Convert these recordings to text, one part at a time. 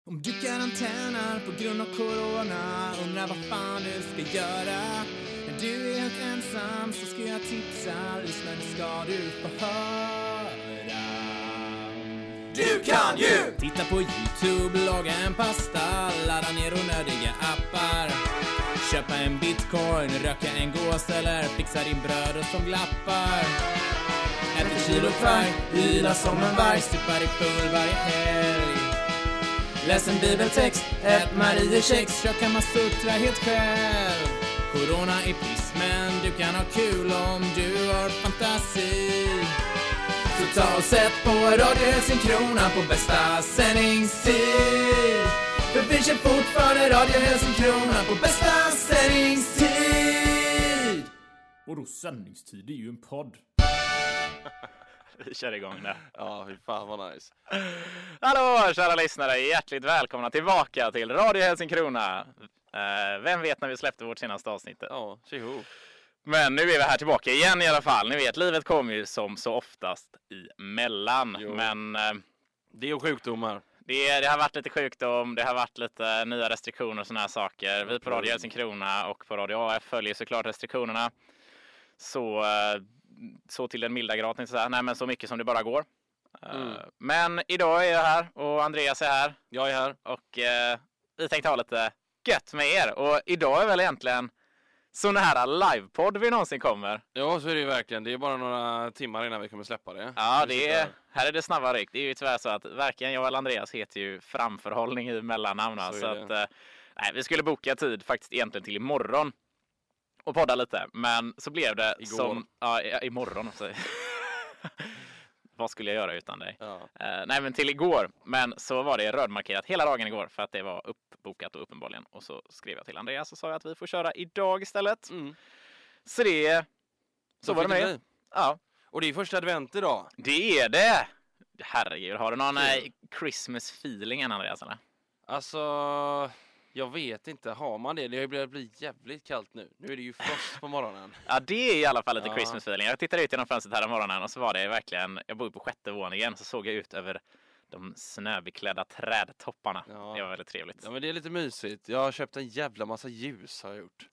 Om du karantänar på grund av corona, undrar vad fan du ska göra. När du är helt ensam så ska jag tipsa, lyssna det ska du få höra. Du kan ju titta på YouTube, laga en pasta, ladda ner onödiga appar, köpa en bitcoin, röka en gås eller fixa din bröd som glappar. Ät ett kilo kvarg, yla som en varg, stupa dig full varje helg. Läs en bibeltext, ät Mariekex, kör Kamasutra helt själv. Corona är piss men du kan ha kul om du har fantasi. Så ta och sätt på Radio Helsingkrona på bästa sändningstid. För vi kör fortfarande Radio Helsingkrona på bästa sändningstid. Och då sändningstid är ju en podd. Vi kör igång där. Ja, fy fan vad nice. Hallå kära lyssnare, hjärtligt välkomna tillbaka till Radio Helsingkrona. Vem vet när vi släppte vårt senaste avsnitt? Ja, tjoho. Men nu är vi här tillbaka igen i alla fall. Ni vet, livet kommer ju som så oftast emellan. Jo. Men det är sjukdomar. det har varit lite sjukdom, det har varit lite nya restriktioner och såna här saker. Vi på Radio Helsingkrona och på Radio AF följer såklart restriktionerna. Så till den milda graden så här. Nej, men så mycket som det bara går. Men idag är jag här och Andreas är här. Jag är här. Och vi tänkte ha lite gött med er. Och idag är väl egentligen så nära livepodd vi någonsin kommer. Ja, så är det ju verkligen. Det är bara några timmar innan vi kommer släppa det. Ja, här är det snabba ryck. Det är ju tyvärr så att varken jag eller Andreas heter ju framförhållning i mellannamn. Så att nej, vi skulle boka tid faktiskt egentligen till imorgon och podda lite. Men så blev det igår. Som... Ja, imorgon också. Vad skulle jag göra utan dig? Ja. Nej, men till igår. Men så var det rödmarkerat hela dagen igår för att det var uppbokat och uppenbarligen. Och så skrev jag till Andreas och sa att vi får köra idag istället. Så det... Så var det med det. Ja. Och det är första advent idag. Det är det! Herregud, har du någon Christmas feeling än, Andreas, eller? Alltså... Jag vet inte, har man det? Det har ju börjat bli jävligt kallt nu. Nu är det ju frost på morgonen. Ja, det är i alla fall lite Christmas feeling. Jag tittade ut genom fönstret här om morgonen och så var det verkligen... Jag bor på 6:e våningen så såg jag ut över de snöbeklädda trädtopparna. Ja. Det var väldigt trevligt. Ja, men det är lite mysigt. Jag har köpt en jävla massa ljus har jag gjort.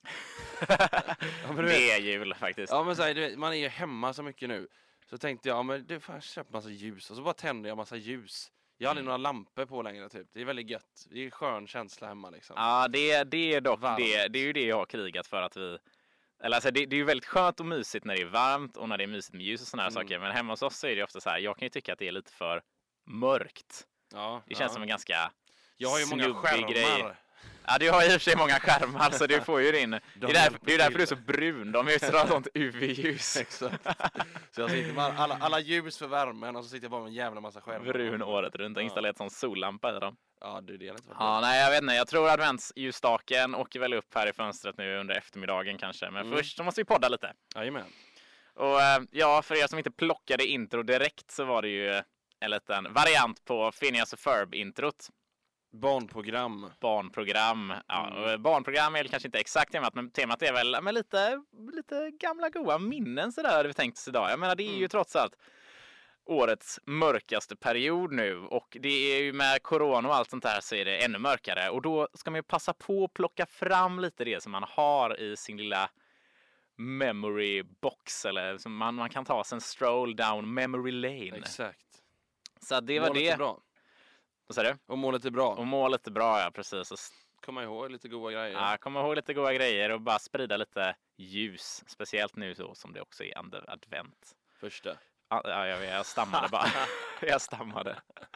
Det är jul faktiskt. Ja, men så här, du vet, man är ju hemma så mycket nu. Så tänkte jag, men du får jag köpa massa ljus. Och så bara tände jag massa ljus. Jag har aldrig några lampor på längre typ. Det är väldigt gött. Det är skön känsla hemma liksom. Ja, det är dock det är ju det jag har krigat för att vi... Eller alltså det är ju väldigt skönt och mysigt när det är varmt och när det är mysigt med ljus och såna här saker. Men hemma hos oss så är det ofta så här, jag kan ju tycka att det är lite för mörkt. Ja, det känns som en ganska jag har ju många skärmar. Grej. Ja, du har ju i och för sig många skärmar så du får ju din... Det är därför du är så brun. De utstrålar sånt UV-ljus. Exakt. Så jag sitter med alla ljus för värmen och så sitter jag bara med en jävla massa skärmar. Brun året runt och installerat sån sollampa i dem. Ja, det är inte. Ja, nej, jag vet inte. Jag tror adventsljusstaken åker väl upp här i fönstret nu under eftermiddagen kanske. Men först så måste vi podda lite. Jajamän. Och ja, för er som inte plockade intro direkt så var det ju en liten variant på Phineas och Ferb-introt. Barnprogram. Ja, barnprogram är kanske inte exakt temat, men temat är väl men lite gamla goda minnen så där hade vi tänkt oss idag. Jag menar, det är ju trots allt årets mörkaste period nu och det är ju med corona och allt sånt där så är det ännu mörkare och då ska man ju passa på att plocka fram lite det som man har i sin lilla memory box eller som man kan ta sig en stroll down memory lane. Exakt. Så det var det. Bra. Vad sa du? Och målet är bra. Och målet är bra, ja, precis. Komma ihåg lite goda grejer. Ja, komma ihåg lite goda grejer och bara sprida lite ljus. Speciellt nu så som det också är advent. Första. Ja, jag stammade bara. Jag stammade.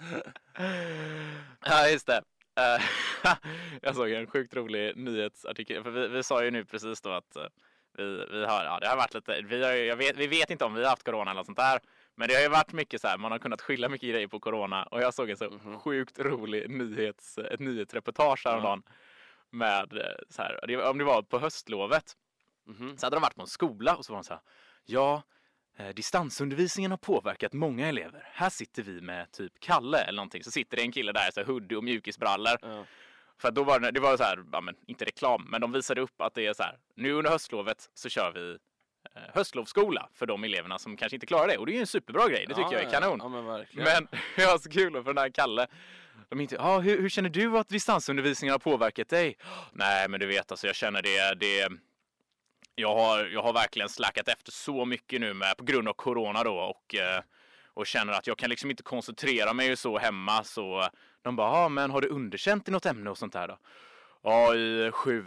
Ja, just det. Jag såg en sjukt rolig nyhetsartikel. För vi sa ju nu precis då att vi har, ja, det har varit lite, vi vet inte om vi har haft corona eller något sånt där. Men det har ju varit mycket så här, man har kunnat skylla mycket grejer på corona. Och jag såg en så sjukt rolig ett nyhetsreportage häromdagen. Med så här, om det var på höstlovet. Så hade de varit på en skola och så var de så här, ja, distansundervisningen har påverkat många elever. Här sitter vi med typ Kalle eller någonting. Så sitter det en kille där, så här, hoodie och mjukisbrallor. För då var det var så här, ja, men inte reklam, men de visade upp att det är så här, nu under höstlovet så kör vi höstlovsskola för de eleverna som kanske inte klarar det. Och det är ju en superbra grej, det tycker jag är kanon. Ja, men verkligen. Men det var så kul för den här Kalle. De inte, hur känner du att distansundervisningen har påverkat dig? Nej, men du vet, alltså jag känner det jag har verkligen släckat efter så mycket nu med på grund av corona då och känner att jag kan liksom inte koncentrera mig så hemma, så de bara, men har du underkänt i något ämne och sånt här då? Ja, i 7.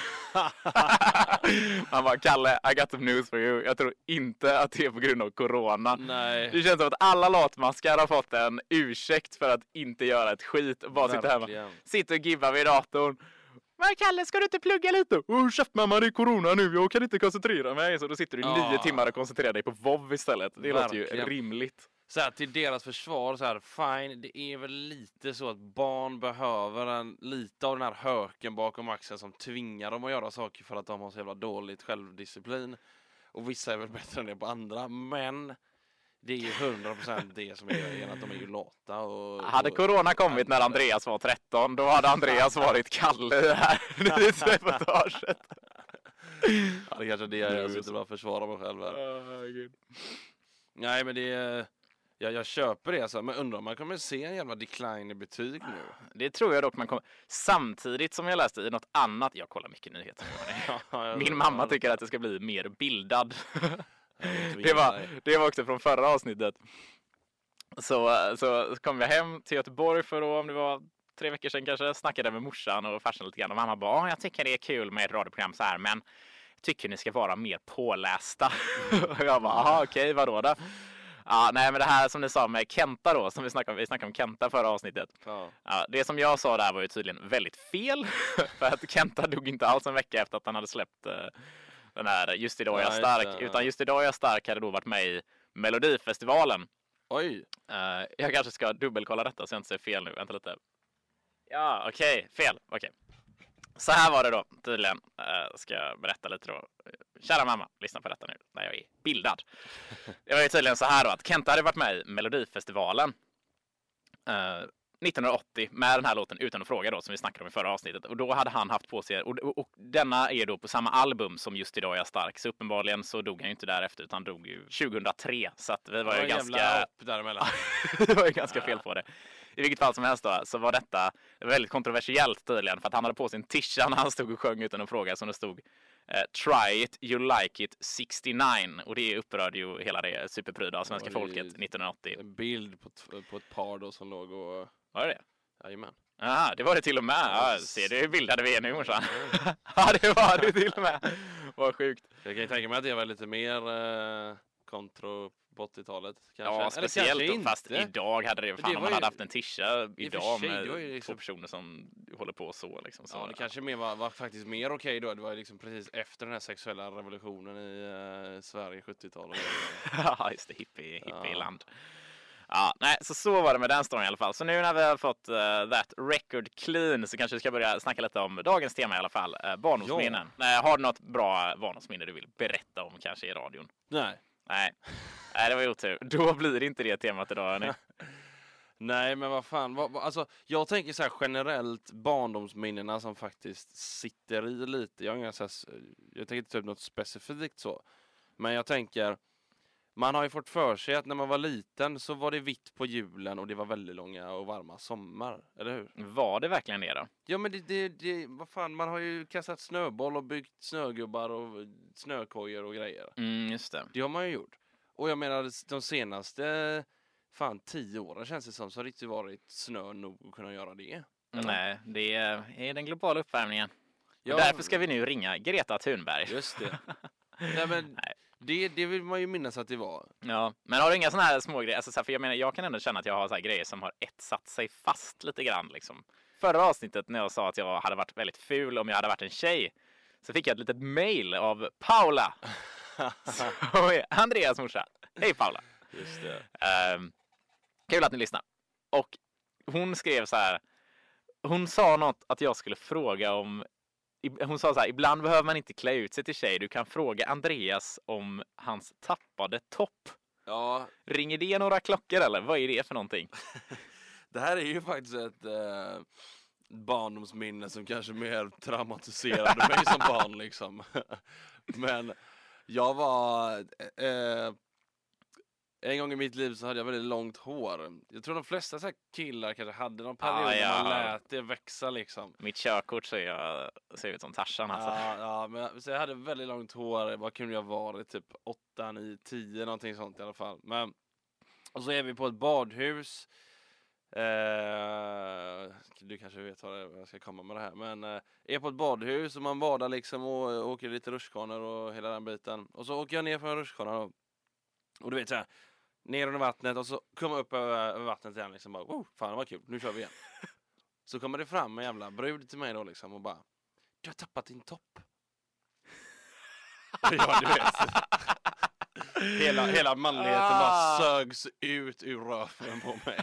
Han bara, Kalle, I got some news for you. Jag tror inte att det är på grund av corona. Nej. Det känns som att alla latmaskar har fått en ursäkt för att inte göra ett skit och bara sitta hemma. Sitter och gibbar vid datorn. Men Kalle, ska du inte plugga lite? Käft mamma, det är corona nu, jag kan inte koncentrera mig. Så då sitter du 9 timmar och koncentrerar dig på WoW istället. Det låter ju rimligt. Så här, till deras försvar, så här, fine, det är väl lite så att barn behöver lite av den här höken bakom axeln som tvingar dem att göra saker för att de har så jävla dåligt självdisciplin. Och vissa är väl bättre än det på andra, men det är ju 100% det som är grejen, att de är ju lata. Hade corona kommit när Andreas var 13, då hade Andreas varit Kalle här i reportaget. Ja, det kanske är det jag sitter bara försvara mig själv här. Nej, men det är... Jag köper det, alltså. Men undrar om man kommer se en jävla decline i betyg nu. Det tror jag dock man kommer. Samtidigt som jag läste i något annat. Jag kollar mycket nyheter. Min mamma tycker att det ska bli mer bildad. Det var också från förra avsnittet. Så kom jag hem till Göteborg för om det var 3 veckor sedan kanske. Snackade med morsan och farsan lite grann. Och mamma bara, jag tycker det är kul med ett radioprogram så här, men tycker ni ska vara mer pålästa. Och jag bara, okej, vadå då? Ja, nej, men det här som ni sa med Kenta då, som vi snackade om Kenta förra avsnittet. Ja, det som jag sa där var ju tydligen väldigt fel. För att Kenta dog inte alls en vecka efter att han hade släppt den här Just idag är jag stark. Utan Just idag är jag stark hade då varit med i Melodifestivalen. Oj! Jag kanske ska dubbelkolla detta så jag inte säger fel nu. Vänta lite. Ja, okej, fel. Okej. Så här var det då, tydligen. Ska jag berätta lite då. Kära mamma, lyssna på detta nu när jag är bildad. Det var ju tydligen så här då att Kenta hade varit med i Melodifestivalen 1980 med den här låten Utan att fråga då, som vi snackade om i förra avsnittet. Och då hade han haft på sig, och denna är då på samma album som Just idag är jag stark. Så uppenbarligen så dog han ju inte därefter, utan dog ju 2003. Så att vi var ju ganska... Det var ju ganska fel på det. I vilket fall som helst då, så var detta väldigt kontroversiellt tydligen, för att han hade på sin tisha när han stod och sjöng Utan att fråga, som det stod Try it, you like it 69. Och det upprörde ju hela det superpryda av svenska folket 1980. En bild på ett par då som låg och... Var det? Jajamän. Jaha, det var det till och med. Ja, ser du hur bildade vi är nu, morsan? Ja, det var det till och med. Vad sjukt. Jag kan ju tänka mig att det var lite mer kontro på 80-talet. Kanske. Ja, speciellt eller då, fast idag hade det, fan, om man hade haft en tisha idag sig, med liksom... 2 personer som håller på så. Liksom, så ja, det kanske mer var faktiskt mer okej då. Det var liksom precis efter den här sexuella revolutionen i Sverige 70-talet. Ja, just det, hippie-land. Ja, nej, så var det med den storyn i alla fall. Så nu när vi har fått that record clean så kanske vi ska börja snacka lite om dagens tema i alla fall. Barndomsminnen. Har du något bra barndomsminne du vill berätta om kanske i radion? Nej, det var ju otur. Då blir det inte det temat idag, hörni. Nej, men vad fan. Alltså, jag tänker så här generellt barndomsminnena som faktiskt sitter i lite. Jag tänker inte ta upp något specifikt så. Men jag tänker, man har ju fått för sig att när man var liten så var det vitt på julen och det var väldigt långa och varma sommar, eller hur? Var det verkligen det då? Ja, men vad fan, man har ju kastat snöboll och byggt snögubbar och snökojor och grejer. Just det. Det har man ju gjort. Och jag menar, de senaste 10 åren känns det som så har det inte varit snö nog att kunna göra det. Eller? Nej, det är den globala uppvärmningen. Ja, därför ska vi nu ringa Greta Thunberg. Just det. Nej, men det vill man ju minnas att det var. Ja, men har du inga såna här små grejer? Alltså, så här, för jag menar, jag kan ändå känna att jag har så här grejer som har satt sig fast lite grann. Liksom. Förra avsnittet när jag sa att jag hade varit väldigt ful om jag hade varit en tjej, så fick jag ett litet mail av Paula. Som är Andreas morsa. Hej Paula. Just det. Kul att ni lyssnar. Och hon skrev så här. Hon sa något att jag skulle fråga om. Hon sa så här: ibland behöver man inte klä ut sig till tjej. Du kan fråga Andreas om hans tappade topp. Ja. Ringer det några klockor eller? Vad är det för någonting? Det här är ju faktiskt ett barndomsminne som kanske mer traumatiserade mig som barn liksom. Men jag var en gång i mitt liv så hade jag väldigt långt hår. Jag tror de flesta så här killar kanske hade någon period när man lät det växa liksom. Mitt körkort ser ut som Tarzan alltså. Ja, men så jag hade väldigt långt hår. Vad kunde jag vara? Typ 8, 9, 10 någonting sånt i alla fall. Men och så är vi på ett badhus. Du kanske vet vad jag ska komma med det här. Men är på ett badhus och man badar liksom och åker lite rutschkanor och hela den biten. Och så åker jag ner från en rutschkana och du vet så här, ner under vattnet och så kommer jag upp över vattnet igen liksom bara, fan vad kul, nu kör vi igen. Så kommer det fram en jävla brud till mig då liksom och bara, du har tappat din topp. Ja, du vet. Hela manligheten bara sögs ut ur röven på mig.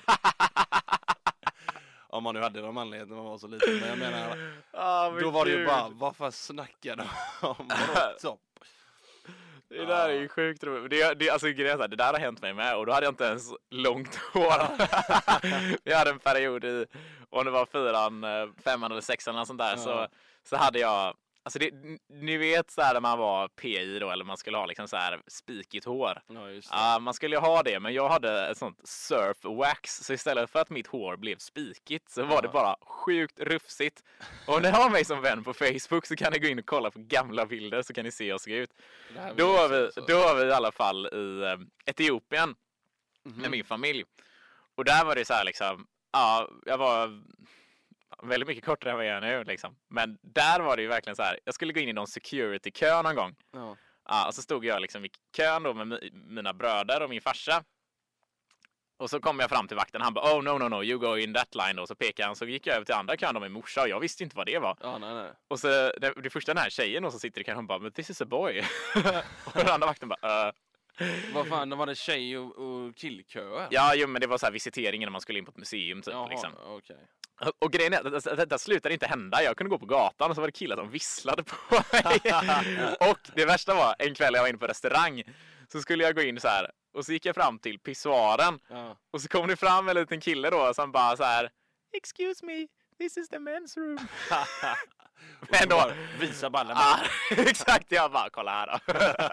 Om man nu hade någon manlighet när man var så liten. Men jag menar, då var det ju bara, vad fan snackar de om? Topp. Det där är ju sjukt roligt. Alltså, det där har hänt mig med. Och då hade jag inte ens långt hår. Vi hade en period i, om det var 4:an, 5:an eller 6:an eller sånt där. Så hade jag, alltså ni vet så här när man var PI då, eller man skulle ha liksom så här spikigt hår. Ja, just det. Man skulle ju ha det, men jag hade ett sånt surf wax, så istället för att mitt hår blev spikigt så var det bara sjukt rufsigt. Och om ni har mig som vän på Facebook så kan ni gå in och kolla på gamla bilder så kan ni se hur jag såg ut. Då var vi i alla fall i Etiopien med min familj. Och där var det så här liksom, jag var väldigt mycket kortare än vad jag är nu liksom. Men där var det ju verkligen så här, jag skulle gå in i någon security-kö någon gång. Och så stod jag liksom i kön då med mina bröder och min farsa. Och så kom jag fram till vakten. Han bara, no, you go in that line. Och så pekade han, så gick jag över till andra kön med min morsa. Och jag visste inte vad det var. Nej. Och så det första den här tjejen och så sitter i kön, hon bara, but this is a boy. Och den andra vakten bara, vad fan, var det tjej och killköer? Ja, jo, men det var så här visiteringen när man skulle in på ett museum typ. Jaha, liksom. Okay. Och grejen är att det slutade inte hända. Jag kunde gå på gatan och så var det killar som visslade på mig. Och det värsta var, en kväll jag var inne på restaurang så skulle jag gå in så här. Och så gick jag fram till pissoaren. Och så kom det fram en liten kille då som bara så här, excuse me, this is the men's room. Men då visa ballen. Exakt, jag bara, kolla här då.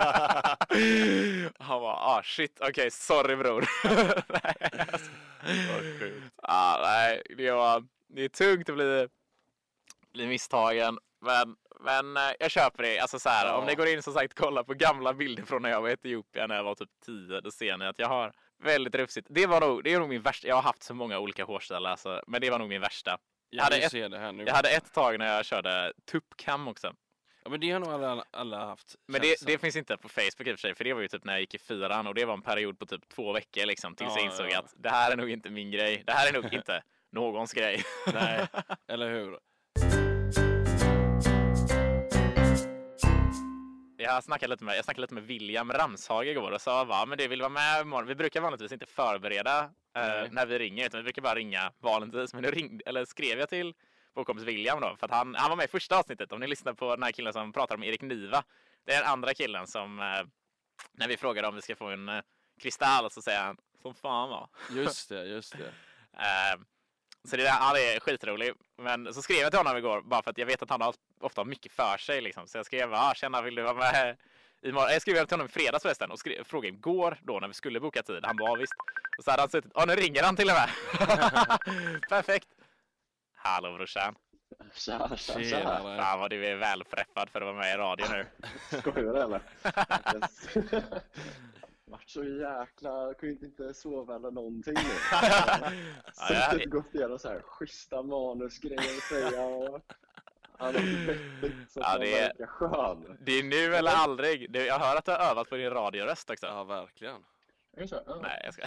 Han bara, shit, okej, sorry bror. Nej, det är tungt att bli misstagen. Men jag köper det. Alltså så här, om ni går in som sagt, kolla på gamla bilder från när jag var i Etiopien när jag var typ 10, då ser ni att jag har väldigt rufsigt. Det är nog min värsta. Jag har haft så många olika hårstilar alltså, men det var nog min värsta. Jag hade ett tag när jag körde tuppkam också. Ja, men det har nog alla haft. Men det finns inte på Facebook i och för sig, för det var ju typ när jag gick i 4:an och det var en period på typ 2 veckor liksom, tills jag insåg att det här är nog inte min grej. Det här är nog inte någons grej. Nej, eller hur? Jag snackade lite med William Ramshage igår och sa, men det vill vara med imorgon. Vi brukar vanligtvis inte förbereda när vi ringer, utan vi brukar bara ringa vanligtvis. Men nu skrev jag till vår kompis William då, för att han var med i första avsnittet. Om ni lyssnar på den här killen som pratar om Erik Niva. Det är den andra killen som, när vi frågade om vi ska få en kristall, så säger han, som fan va. Just det. Så det är skitroligt. Men så skrev jag till honom igår, bara för att jag vet att han ofta har mycket för sig liksom. Så jag skrev, tjena, vill du vara med imorgon? Jag skrev till honom i fredags förresten och frågade igår då när vi skulle boka tid. Han var visst. Och så hade han suttit, nu ringer han till och med. Perfekt. Hallå brorsan. Tja. Fan vad du är välfräffad för att vara med i radio nu. Skojar du eller? Vart så jäkla, kunde inte sova eller någonting nu. Suttit gått igenom så här schyssta manusgrejer säga och han har vettigt så att det verkar skön. Det är nu eller aldrig. Jag hör att du har övat på din radioröst också. Ja, verkligen. Är det så? Ja. Nej, jag ska.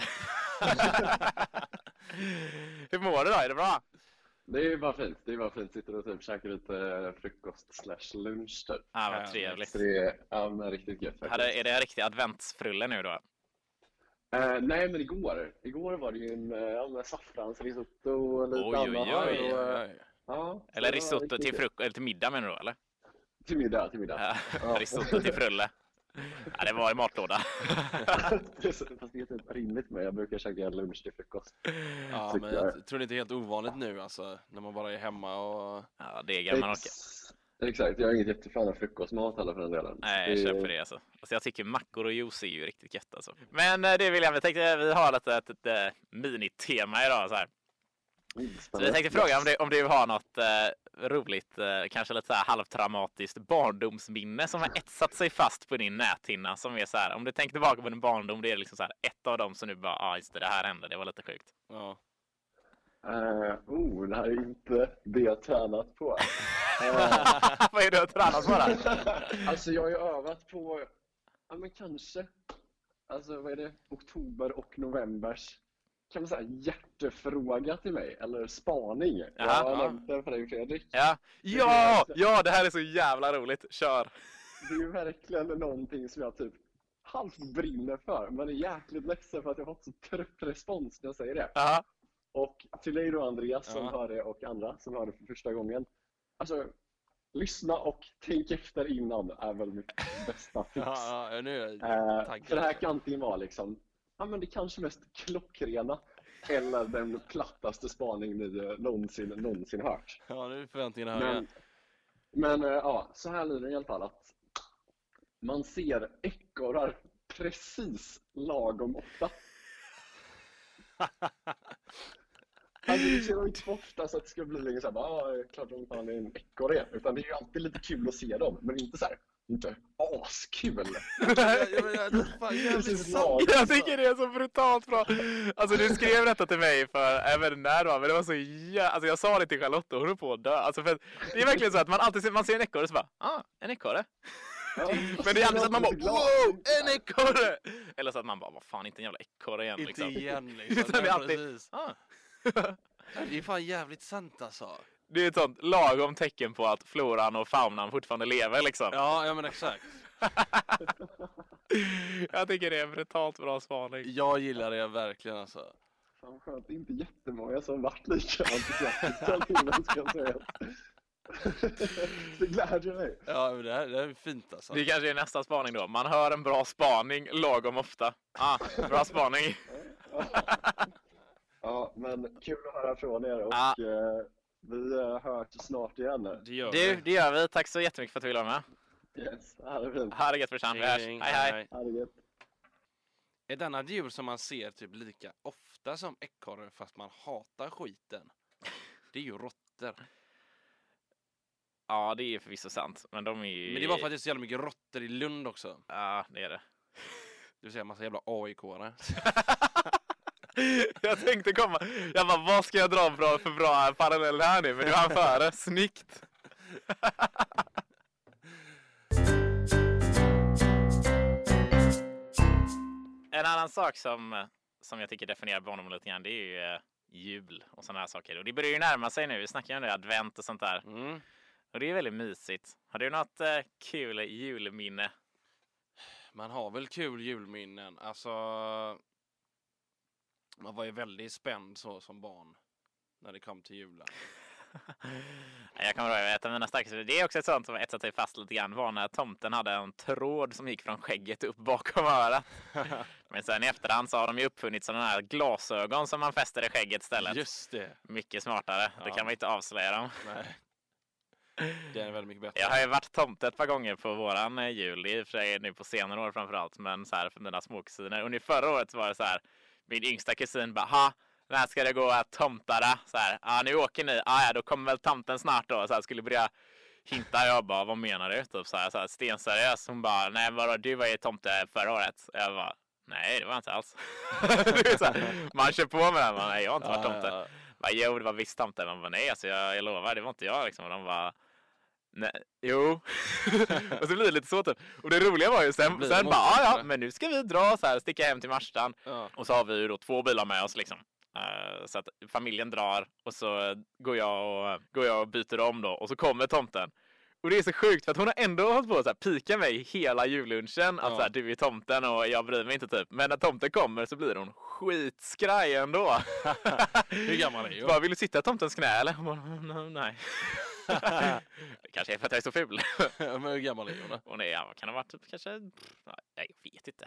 Hur mår du då? Är det bra? Det är bara fint. Sitter och typ käkar lite frukost/lunch typ. Vad trevligt. Så det är riktigt gött faktiskt. Är det en riktig adventsfrulle nu då? Nej, men igår var det ju en saffransrisotto och lite annat. Oj. Ja, eller risotto till frukost eller till middag menar du eller? Till middag. Ja. Risotto till frulle. Ja, det var i matlåda. Fast det är typ rimligt med. Jag brukar käka lunch till frukost. Ja, men jag tror det är inte helt ovanligt nu alltså, när man bara är hemma och... Ja, det är man orkar. Exakt, jag är inget jättefan av frukostmat heller för den delen. Nej, jag köper det alltså. Jag tycker mackor och juice är ju riktigt gött alltså. Men det vill jag tänkte vi har ett minitema idag så här. Så vi tänkte fråga om du har något roligt, kanske lite så här halvtraumatiskt barndomsminne som har etsat sig fast på din näthinna som är så här, om du tänker tillbaka på din barndom, det är liksom så här ett av dem som nu bara, just det här hände, det var lite sjukt. Ja. Det här är inte det jag tränat på. Vad är det du har tränat på då? Alltså jag har ju övat på, ja men kanske, alltså vad är det, oktober och novembers, kan man säga hjärtefråga till mig, eller spaning. Jag har nämnt det för dig, Fredrik. Ja, det här är så jävla roligt, kör. Det är ju verkligen någonting som jag typ halvt brinner för, men är jäkligt ledsen för att jag har fått så trött respons när jag säger det. Ja. Och till dig då Andreas som hör det och andra som hör det för första gången. Alltså, lyssna och tänk efter innan är väl mitt bästa tips. För det här kan antingen vara liksom, ja men det kanske mest klockrena eller den plattaste spaning ni någonsin hört. Ja, nu är förväntningarna höga. Men ja, så här lyder det i alla fall att man ser ekorrar precis lagom ofta. Alltså det ser inte så ofta så att det ska bli länge såhär, klart de fan är en ekorre. Utan det är ju alltid lite kul att se dem, men inte så här, inte askul. Jag tycker det är så brutalt bra. Alltså du skrev detta till mig för även när då, men det var så alltså jag sa det till Charlotte och hon är på att dö. Alltså för det är verkligen så att man ser en ekorre så bara, en ekorre. Ja, men det är alltid så att man bara, wow, en ekorre! Eller så att man bara, vad fan, inte en jävla ekorre igen liksom. Inte igen liksom. Utan det är alltid, det är fan jävligt sant alltså. Det är ett sånt lagom tecken på att floran och faunan fortfarande lever liksom. Ja men exakt. Jag tycker det är en brutalt bra spaning. Jag gillar det verkligen alltså. Fan skönt, det är inte jättemånga som varit lika entusiastiska innan, ska jag säga. Det glädjer mig. Ja, men det här är fint alltså. Det kanske är nästa spaning då. Man hör en bra spaning lagom ofta. Bra spaning. Ja, men kul att höra från er och vi hörs snart igen. Det gör vi. Tack så jättemycket för att du ville vara med. Yes, det är fint. Ha det gött för sen. Hej. Ha det gött. Är denna djur som man ser typ lika ofta som ekorre fast man hatar skiten? Det är ju råttor. Ja, det är förvisso sant. Men de är ju... Men det är bara för att det är så jävla mycket råttor i Lund också. Ja, det är det. Du vill säga en massa jävla AIK-are. Jag tänkte komma. Jag bara, vad ska jag dra för bra parallell här nu? Men du hann före. Snyggt. En annan sak som jag tycker definierar barndom lite grann, det är ju jul och sådana här saker. Och det börjar ju närma sig nu. Vi snackar ju om det, advent och sånt där. Mm. Och det är väldigt mysigt. Har du något kul julminne? Man har väl kul julminnen. Alltså, man var ju väldigt spänd så som barn när det kom till julen. Jag kommer ihåg, ett av mina starkaste, det är också ett sånt som etsat sig fast lite grann, var när tomten hade en tråd som gick från skägget upp bakom örat. Men sen i efterhand så har de ju uppfunnit sådana här glasögon som man fäster i skägget istället. Just det. Mycket smartare, det kan man inte avslöja dem. Nej. Det är väldigt mycket bättre. Jag har ju varit tomte ett par gånger på våran jul, det är för sig nu på senare år framförallt, men så här för mina småkusiner. Under förra året var det så här, min yngsta kusin bara, när ska det gå att tomtara? Så här, nu åker ni. Ja, då kommer väl tomten snart då. Så här, skulle börja hinta. Jag bara, vad menar du? Typ så här stenseriös. Hon bara, nej vadå, du var ju tomte förra året. Jag bara, nej det var inte alls. Så här, man kör på med det. Nej, jag har inte varit tomte. Bara, jo, det var visst tomte. Man bara, nej alltså jag lovar, det var inte jag liksom. Och de bara, nej, jo. Och så blir det lite så typ. Och det roliga var ju sen bara, men nu ska vi dra så här, sticka hem till Marstan. Och så har vi ju då 2 bilar med oss liksom. Så att familjen drar och så går jag och byter om då och så kommer tomten. Och det är så sjukt för att hon har ändå hållit på att pika mig hela jullunchen att så här, du är tomten och jag bryr mig inte typ. Men när tomten kommer så blir hon skitskraj ändå. Hur gammal är du? Bara, vill du sitta i tomtens knä eller? Nej. Det kanske är för att jag är så ful. Men hur gammal är hon? Hon är, kan ha varit typ kanske, jag vet inte.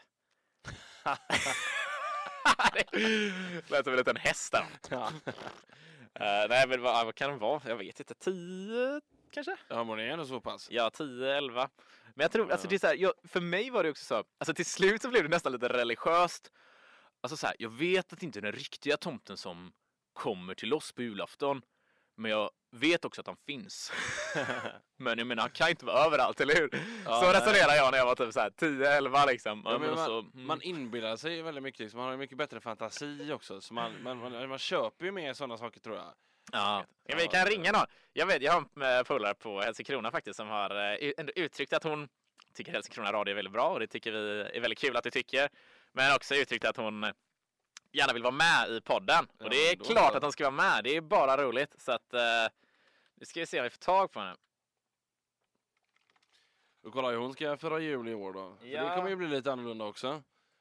Det lät som en liten häst där. Nej men vad kan det vara? Jag vet inte, kanske? Ja, men det är ändå så pass. Ja, 10, 11. Men jag tror, alltså det är så här, för mig var det också så, alltså till slut så blev det nästan lite religiöst. Alltså så här, jag vet att det inte är den riktiga tomten som kommer till oss på julafton. Men jag vet också att han finns. Men jag menar, han kan inte vara överallt, eller hur? Ja, så resonerar jag när jag var typ så här 10-11 liksom. Ja, men man inbillar sig väldigt mycket, liksom. Man har ju mycket bättre fantasi också. Så man köper ju mer sådana saker, tror jag. Ja, vi kan ringa någon. Jag har en polare på Helsingkrona faktiskt som har uttryckt att hon tycker Helsingkrona radio är väldigt bra, och det tycker vi är väldigt kul att du tycker. Men också uttryckt att hon gärna vill vara med i podden. Och det är klart att hon ska vara med. Det är bara roligt. Så att nu ska vi se om vi får tag på henne. Och kolla, hon ska fira jul i år då. Ja. Det kommer ju bli lite annorlunda också.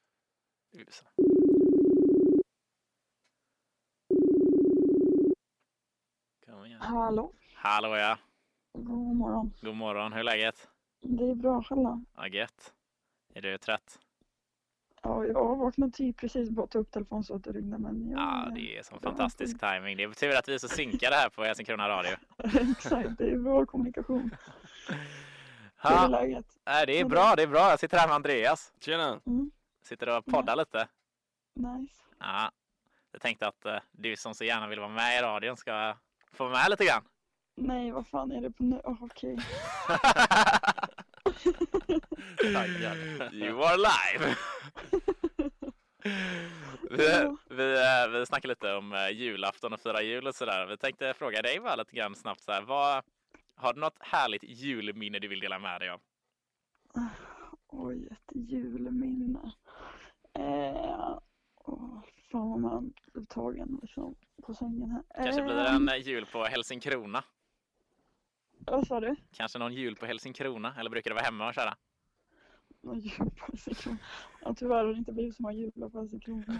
Kom igen. Hallå. Hallå, ja. God morgon. God morgon, hur är läget? Det är bra, själva. Ja, gött. Är du trött? Ja, jag har vaknat precis bara ta upp telefonen så att det ringde. Men det är som fantastisk timing. Det betyder att vi är så synkade här på Helsingkrona radio. Exakt, det är bra kommunikation. Hur är läget? Det är bra, det är bra. Jag sitter här med Andreas. Tjena. Sitter och poddar lite. Nice. Ja, jag tänkte att du som så gärna vill vara med i radion ska få vara med lite grann. Nej, vad fan är det på nu? Okej. You are live. Vi snackar lite om julafton och fira jul och sådär. Vi tänkte fråga dig bara lite grann snabbt så här, har du något härligt julminne du vill dela med dig av? Oj, ett julminne. Fan vad man är tagen liksom på sängen här. Kanske blir det en jul på Helsingkrona. Vad sa du? Kanske någon jul på Helsingkrona, eller brukar det vara hemma och köra? Någon jul på Helsingkrona. Ja, tyvärr har det inte blivit så många jular på Helsingkrona.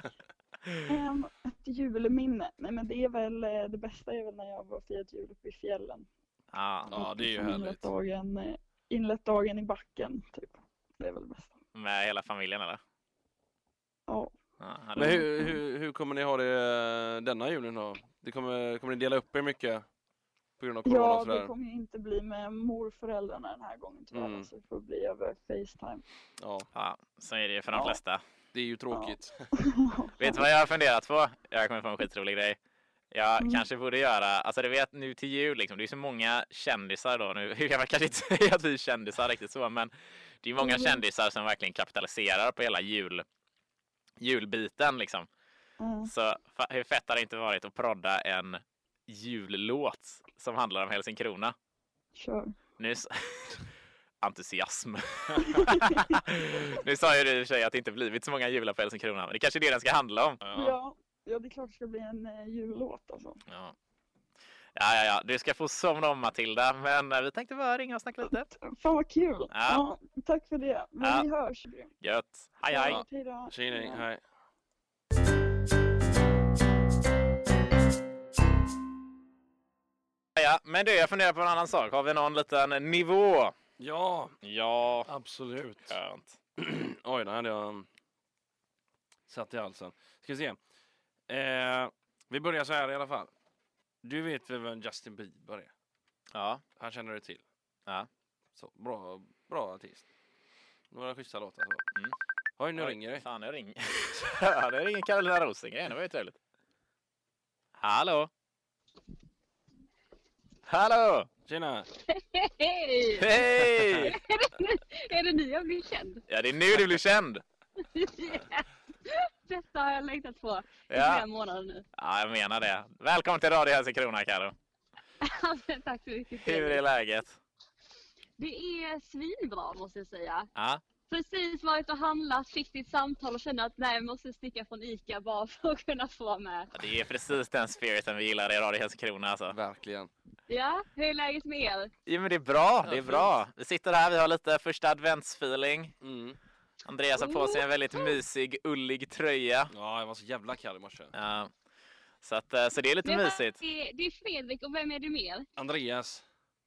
Ett julminne. Nej, men det är väl det bästa är väl när jag var firat jul uppe i fjällen. Ja, det är ju härligt. Inlett dagen i backen, typ. Det är väl det bästa. Med hela familjen, eller? Ja. Men hur kommer ni ha det denna julen då? Kommer ni dela upp er mycket på grund av corona? Ja, det kommer ju inte bli med morföräldrarna den här gången tyvärr. Så det får bli över FaceTime. Ja, så är det ju för de flesta. Det är ju tråkigt. Vet du vad jag har funderat på? Jag kommer få en skitrolig grej. Jag kanske borde göra, alltså du vet nu till jul liksom, det är så många kändisar då nu. Jag kanske inte säga att vi är kändisar riktigt så, men det är många kändisar som verkligen kapitaliserar på hela julbiten liksom. Så hur fett har det inte varit att prodda en jullåt som handlar om Helsingkrona? Kör. Entusiasm. Nu sa ju du i och för sig att det inte blivit så många jular på Helsingkrona, men det kanske är det den ska handla om. Ja, det är klart det ska bli en jullåt alltså. Ja. Du ska få somna om, Matilda, men vi tänkte bara ringa och snacka lite. Fan vad kul. Ja, tack för det. Men vi hörs. Gött. Hej. Hej då. Tjena, hej. Ja, men du, jag funderar på en annan sak. Har vi någon liten nivå? Ja, absolut. Skönt. Oj, då hade jag satt i halsen. Ska vi se. Vi börjar så här i alla fall. Du vet väl vem Justin Bieber är? Ja. Han känner du till. Ja. Så, bra artist. Några schyssta låtar så. Oj, nu ringer det. Fan, nu ringer. Ja, nu ringer Carolina Rosengren. Det var ju trevligt. Hallå? Tjena. Hej! Är det nu jag blir känd? Ja, det är nu du blir känd. Detta har jag längtat på i flera månader nu. Ja, jag menar det. Välkommen till Radio Helsingkrona, Karo. Tack så mycket. Hur är läget? Det är svinbra, måste jag säga. Ja. Precis varit och handlat, fick ditt samtal och kände att jag måste sticka från ICA bara för att kunna få vara med. Ja, det är precis den spiriten vi gillar i Radio Helsingkrona alltså. Verkligen. Ja, hur är läget med er? Jo, men det är bra, det är bra. Vi sitter här, vi har lite första adventsfeeling. Andreas har på sig en väldigt mysig, ullig tröja. Ja, jag var så jävla kall i morse. Ja. Så det är lite mysigt. Det är Fredrik, och vem är det mer? Andreas,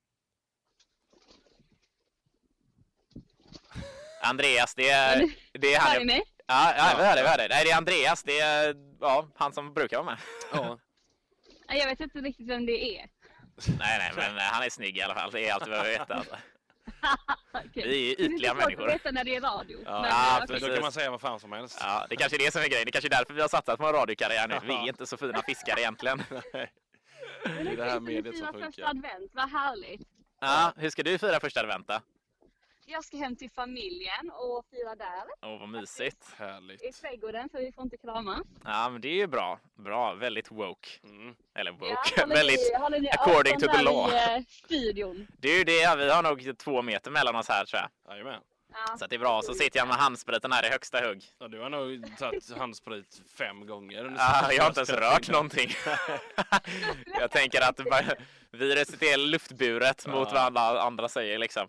det är han. Hör ni mig? Ja, vi hör det. Nej, det är Andreas, det är han som brukar vara med. Ja. Jag vet inte riktigt vem det är. Nej, men han är snygg i alla fall. Det är allt vi behöver veta. Alltså. Okay. Vi är ytliga människor. Det är svårt att veta när det är radio. Precis. Då kan man säga vad fan som helst. Ja, det kanske är det som är grejen. Det kanske är därför vi har satsat på en radiokarriär nu. Vi är inte så fina fiskare egentligen. Nej. Men Det är det här mediet som första funkar. advent, vad härligt. Ja, hur ska du fira första advent då? Jag ska hem till familjen och fira där. Vad mysigt. I Härligt. trädgården, för vi får inte krama. Ja, men det är ju bra. Bra, väldigt woke. Eller woke, Ja, väldigt håller ni according to the law. I studion? Det är ju det, vi har nog 2 meter mellan oss här tror jag. Jajamän. Ja. Så att det är bra, så sitter jag med handspriten här i högsta hugg. Ja, du har nog tagit handsprit 5 gånger. Ja, jag har inte ens rört någonting. Jag tänker att viruset är luftburet mot vad alla andra säger liksom.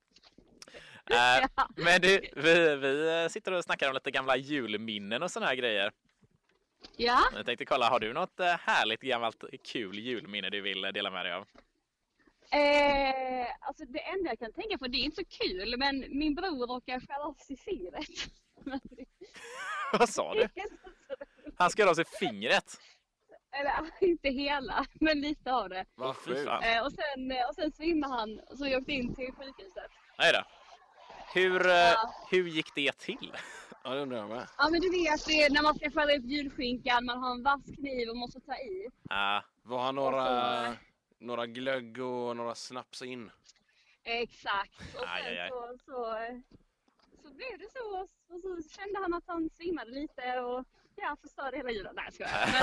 Men du, vi sitter och snackar om lite gamla julminnen och såna här grejer. Ja. Jag tänkte kolla, har du något härligt gammalt kul julminne du vill dela med dig av? Alltså det enda jag kan tänka på, det är inte så kul, men min bror råkar skära av sig fingret. Vad sa du? Han ska av sig fingret? Eller inte hela, men lite av det. Vad fint. Och sen svimmade han, och så jag åkte in till sjukhuset. Nej då. Hur gick det till? Ja, det undrar jag med. Ja, men du vet, det är när man ska skära upp julskinkan, man har en vass kniv och måste ta i. Var han några glögg och några snaps in? Exakt. Och sen så blev det så. Och så kände han att han svimmade lite och förstörde hela julen. Nej, ska jag.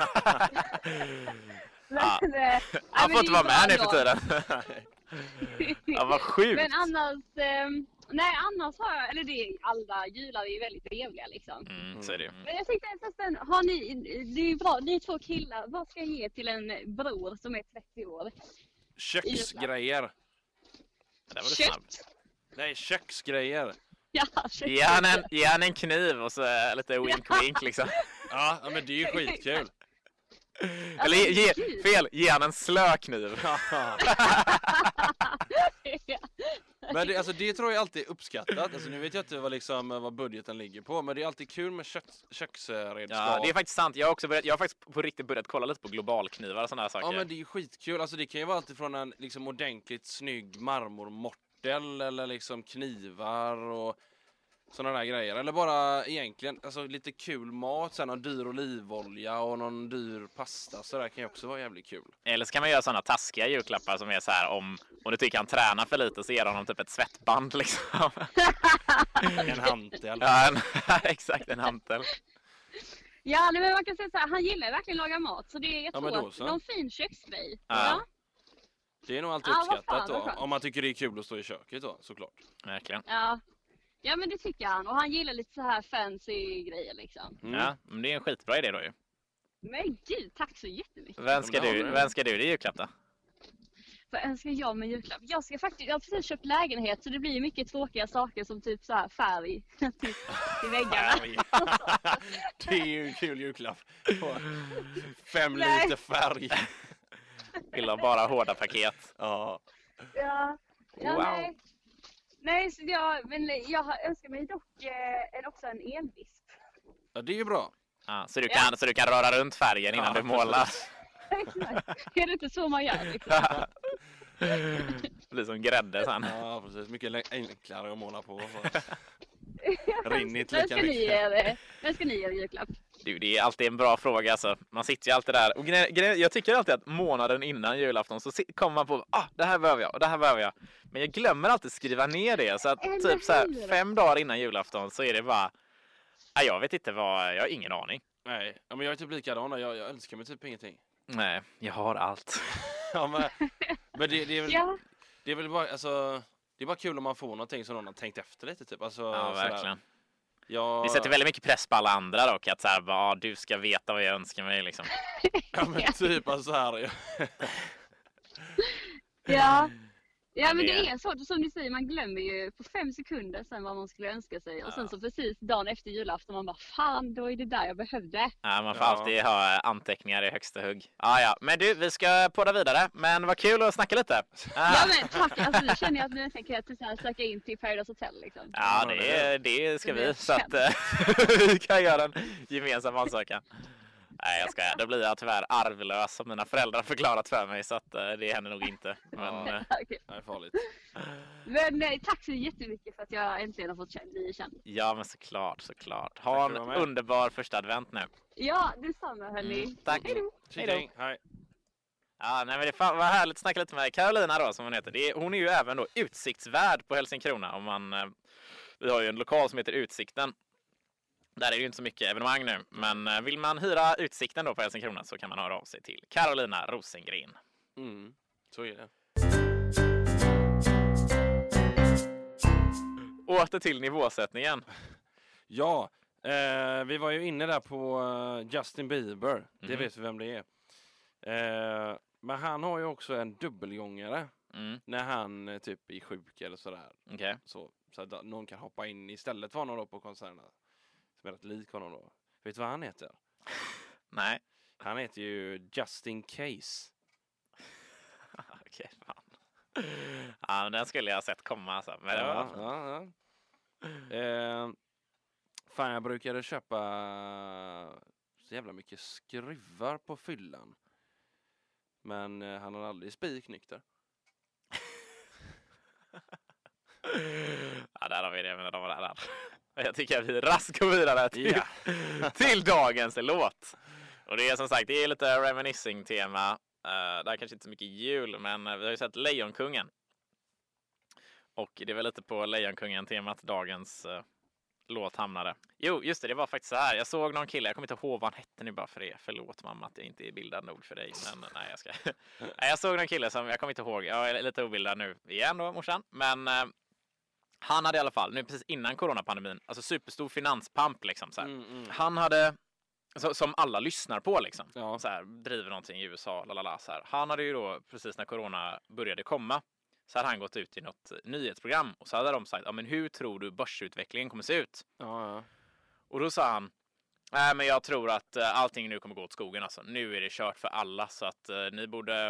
Han får inte vara med nu för tiden. Ja, vad sjukt. Men annars har jag, alla jular är väldigt trevliga liksom. Så är det. Men jag tänkte förresten, har ni, det är bra, ni 2 killar, vad ska jag ge till en bror som är 30 år? Köksgrejer. Det var det snabbt. Nej, köksgrejer. Ja, Ge han en kniv och så lite wink-wink liksom. Ja, men det är ju skitkul. Eller ge han en slökniv. Men det tror jag alltid är uppskattat. Alltså, nu vet jag inte vad budgeten ligger på, men det är alltid kul med köksredskap. Ja, det är faktiskt sant. Jag har faktiskt på riktigt börjat kolla lite på globalknivar och sådana här saker. Ja, men det är ju skitkul. Alltså, det kan ju vara alltid från en ordentligt snygg marmormortel eller knivar och sådana där grejer. Eller bara egentligen lite kul mat, sen någon dyr olivolja och någon dyr pasta. Så där kan ju också vara jävligt kul. Eller så kan man göra sådana taskiga julklappar som är så här, om du tycker han tränar för lite så ger honom typ ett svettband liksom. En hantel. Ja, exakt, en hantel. Ja, men man kan säga så här, han gillar verkligen laga mat. Så jag tror att någon fin köksgrej. Ja. Det är nog alltid uppskattat då. Om man tycker det är kul att stå i köket då, såklart. Verkligen. Ja, men det tycker han. Och han gillar lite så här fancy grejer liksom. Ja, men det är en skitbra idé då ju. Men gud, tack så jättemycket. Vem ska du det julklapp då? Vad önskar jag med julklapp? Jag har precis köpt lägenhet, så det blir mycket tråkiga saker som typ så här färg till väggarna. Det är ju en kul julklapp. 5 liter färg. Vill ha bara hårda paket. Ja, Wow. Nej, så jag önskar mig dock också en elvisp. Ja, det är ju bra. Ja, så du kan röra runt färgen innan du målar. Exakt. Är det inte så man gör liksom? Det blir som grädde sen. Ja, precis. Mycket enklare att måla på. Rinnigt lika mycket. Vem ska ni ge julklapp? Du, det är alltid en bra fråga alltså. Man sitter ju alltid där. Och jag tycker alltid att månaden innan julafton så kommer man på det här behöver jag och det här behöver jag. Men jag glömmer alltid skriva ner det. Så att typ så här, 5 dagar innan julafton så är det bara... jag vet inte vad... Jag har ingen aning. Nej, men jag är typ likadan. Jag älskar mig typ ingenting. Nej, jag har allt. Ja, men det är väl... Ja. Det är väl bara... det är bara kul om man får någonting som någon har tänkt efter lite typ. Ja, verkligen. Det sätter väldigt mycket press på alla andra dock. Att så här, du ska veta vad jag önskar mig liksom. Ja, men typ så här. Ja, men det är så som ni säger, man glömmer ju på 5 sekunder sen vad man skulle önska sig. Och sen så precis dagen efter julafton man bara, fan, då är det där jag behövde. Ja, man får alltid ha anteckningar i högsta hugg. Ja, men du, vi ska podda vidare. Men vad kul att snacka lite. Ja, men tack. Alltså, nu känner jag att nu tänker jag söka in till Paradise Hotel liksom. Ja, det ska vi. Så att vi kan göra en gemensam ansökan. Nej, jag ska. Då blir jag tyvärr arvlös som mina föräldrar förklarat för mig, så att det händer nog inte. Men Okay. Det är farligt. Men tack så jättemycket för att jag äntligen har fått bli känd. ja, men såklart. Ha en underbar första advent nu. Ja, detsamma hörni. Tack. Hej. Hej. Ja, nej, men det var härligt att snacka lite med Carolina då, som hon heter. Hon är ju även då utsiktsvärd på Helsingkrona. Vi har ju en lokal som heter Utsikten. Där är det ju inte så mycket evenemang nu, men vill man hyra Utsikten då på Helsingkrona så kan man höra av sig till Carolina Rosengren. Så är det. Åter till nivåsättningen. Ja, vi var ju inne där på Justin Bieber. Det vet vi vem det är. Men han har ju också en dubbelgångare när han typ är sjuk eller sådär. Okay. Så att någon kan hoppa in istället för honom då på konserterna. Som är rätt lik honom då. Vet du vad han heter? Nej. Han heter ju Justin Case. Okej, fan. Ja, men den skulle jag ha sett komma alltså. Men det var fan, jag brukade köpa så jävla mycket skruvar på fyllan. Men han har aldrig spiknykter. Ja, där har vi det, mina damer och herrar. Jag tycker att vi raskt går vidare till dagens låt. Och det är som sagt, det är lite reminiscing-tema. Det är kanske inte så mycket jul, men vi har ju sett Lejonkungen. Och det är väl lite på Lejonkungen-temat dagens låt hamnade. Jo, just det var faktiskt så här. Jag såg någon kille, jag kommer inte ihåg vad han hette nu bara för det. Förlåt mamma att jag inte är bildad nog för dig. Men nej, jag ska. Jag såg någon kille som, jag kommer inte ihåg. Jag är lite obildad nu igen då, morsan. Men han hade i alla fall, nu precis innan coronapandemin, alltså superstor finanspamp liksom så här. Han hade, som alla lyssnar på liksom, så här, driver någonting i USA, lalala, så här. Han hade ju då, precis när corona började komma, så hade han gått ut i något nyhetsprogram och så hade de sagt, ja men hur tror du börsutvecklingen kommer se ut? Ja. Och då sa han, nej men jag tror att allting nu kommer gå åt skogen alltså. Nu är det kört för alla, så att ni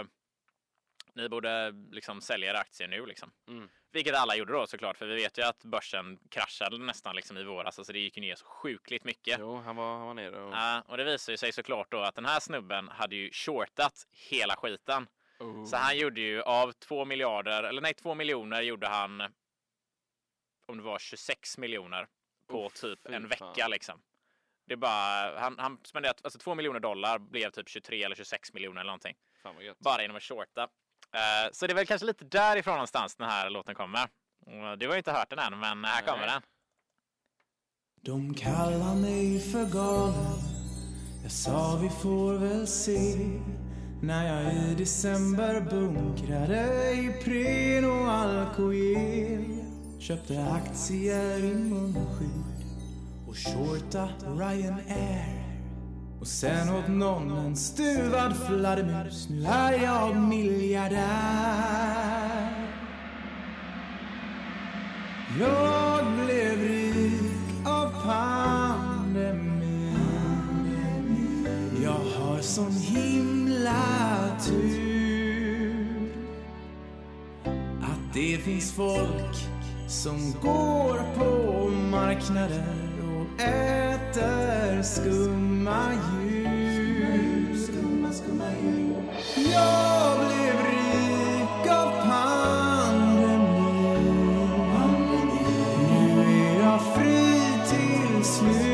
borde liksom sälja era aktier nu liksom. Vilket alla gjorde då såklart, för vi vet ju att börsen kraschade nästan liksom i våras, alltså det gick ju ner så sjukligt mycket. Jo, han var nere. Och det visar ju sig såklart då att den här snubben hade ju shortat hela skiten. Så han gjorde ju av 2 miljoner gjorde han, om det var 26 miljoner på typ en vecka liksom. Det är bara, han spenderat, alltså $2 miljoner blev typ 23 eller 26 miljoner eller någonting. Fan vad gött. Bara genom att shorta. Så det är väl kanske lite därifrån någonstans den här låten kommer. Du har ju inte hört den än, men här kommer den. De kallar mig för galen. Jag sa vi får väl se. När jag i december bunkrade i Pren och Alcoel. Köpte aktier i munskydd och shorta Ryanair. Och sen åt någon en stuvad fladdermus. Nu är jag miljardär. Jag blev rik av pandemin. Jag har sån himla tur att det finns folk som går på marknader och äter skumma djur. Jag blev rik av pandemin. Nu är jag fri till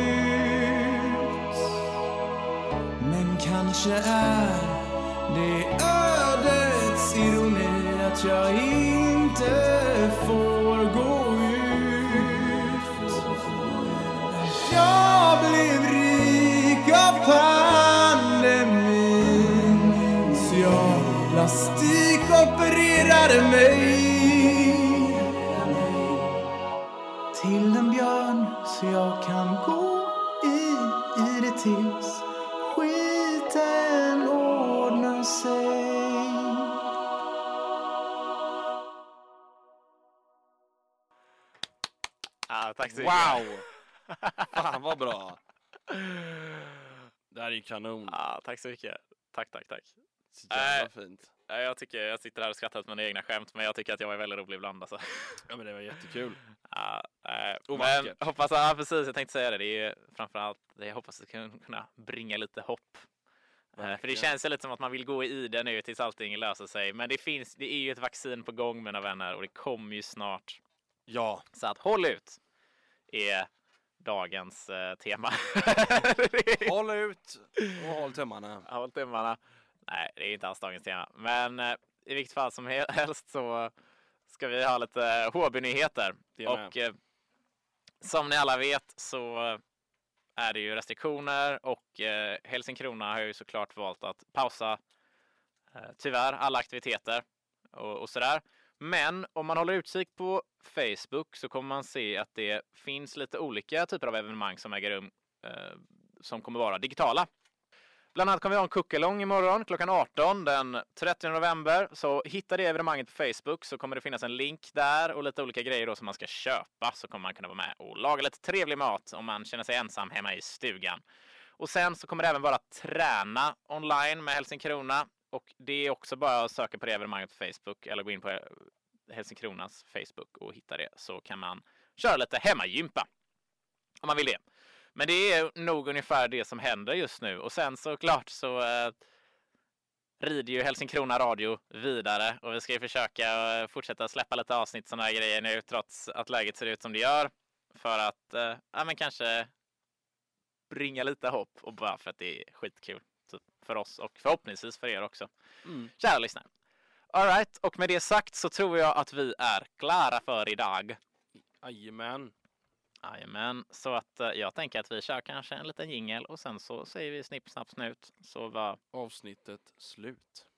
slut. Men kanske är det ödets ironi att jag inte får gå ut. Jag blev rik av pandemin, så jag plastikopererade mig till en björn, så jag kan gå i det tills skiten ordnar sig. Tack så mycket. Wow! Fan vad bra. Det här är ju kanon. Tack så mycket. Tack. Så jävla fint. Jag tycker jag sitter här och skrattar åt mina egna skämt, men jag tycker att jag är väldigt rolig ibland alltså. Ja, men det var jättekul. Men hoppas, precis, jag tänkte säga det. Det är framförallt det jag hoppas att kunna bringa lite hopp. För det känns lite som att man vill gå i det nu tills allting löser sig. Men det är ju ett vaccin på gång, mina vänner, och det kommer ju snart. Ja. Så att håll ut är dagens tema. Håll ut och håll tummarna. Håll tummarna. Nej, det är inte alls dagens tema. Men i vilket fall som helst så ska vi ha lite HB-nyheter. Och som ni alla vet så är det ju restriktioner och Helsingkrona har ju såklart valt att pausa tyvärr alla aktiviteter och sådär. Men om man håller utkik på Facebook så kommer man se att det finns lite olika typer av evenemang som äger rum som kommer vara digitala. Bland annat kommer vi ha en cookalong imorgon klockan 18 den 30 november. Så hittar det evenemanget på Facebook så kommer det finnas en länk där och lite olika grejer då som man ska köpa. Så kommer man kunna vara med och laga lite trevlig mat om man känner sig ensam hemma i stugan. Och sen så kommer det även vara träna online med Helsingkrona. Och det är också bara att söka på det evenemanget på Facebook eller gå in på Helsingkronas Facebook och hitta det. Så kan man köra lite hemmagympa om man vill det. Men det är nog ungefär det som händer just nu. Och sen såklart så rider ju Helsingkrona Radio vidare. Och vi ska ju försöka fortsätta släppa lite avsnitt sådana här grejer nu trots att läget ser ut som det gör. För att men kanske bringa lite hopp och bara för att det är skitkul typ, för oss och förhoppningsvis för er också. Kära lyssnare. All right, och med det sagt så tror jag att vi är klara för idag. Jajamän. Jajamän, så att jag tänker att vi kör kanske en liten jingle och sen så säger vi snipp, snapp, snut. Så var avsnittet slut.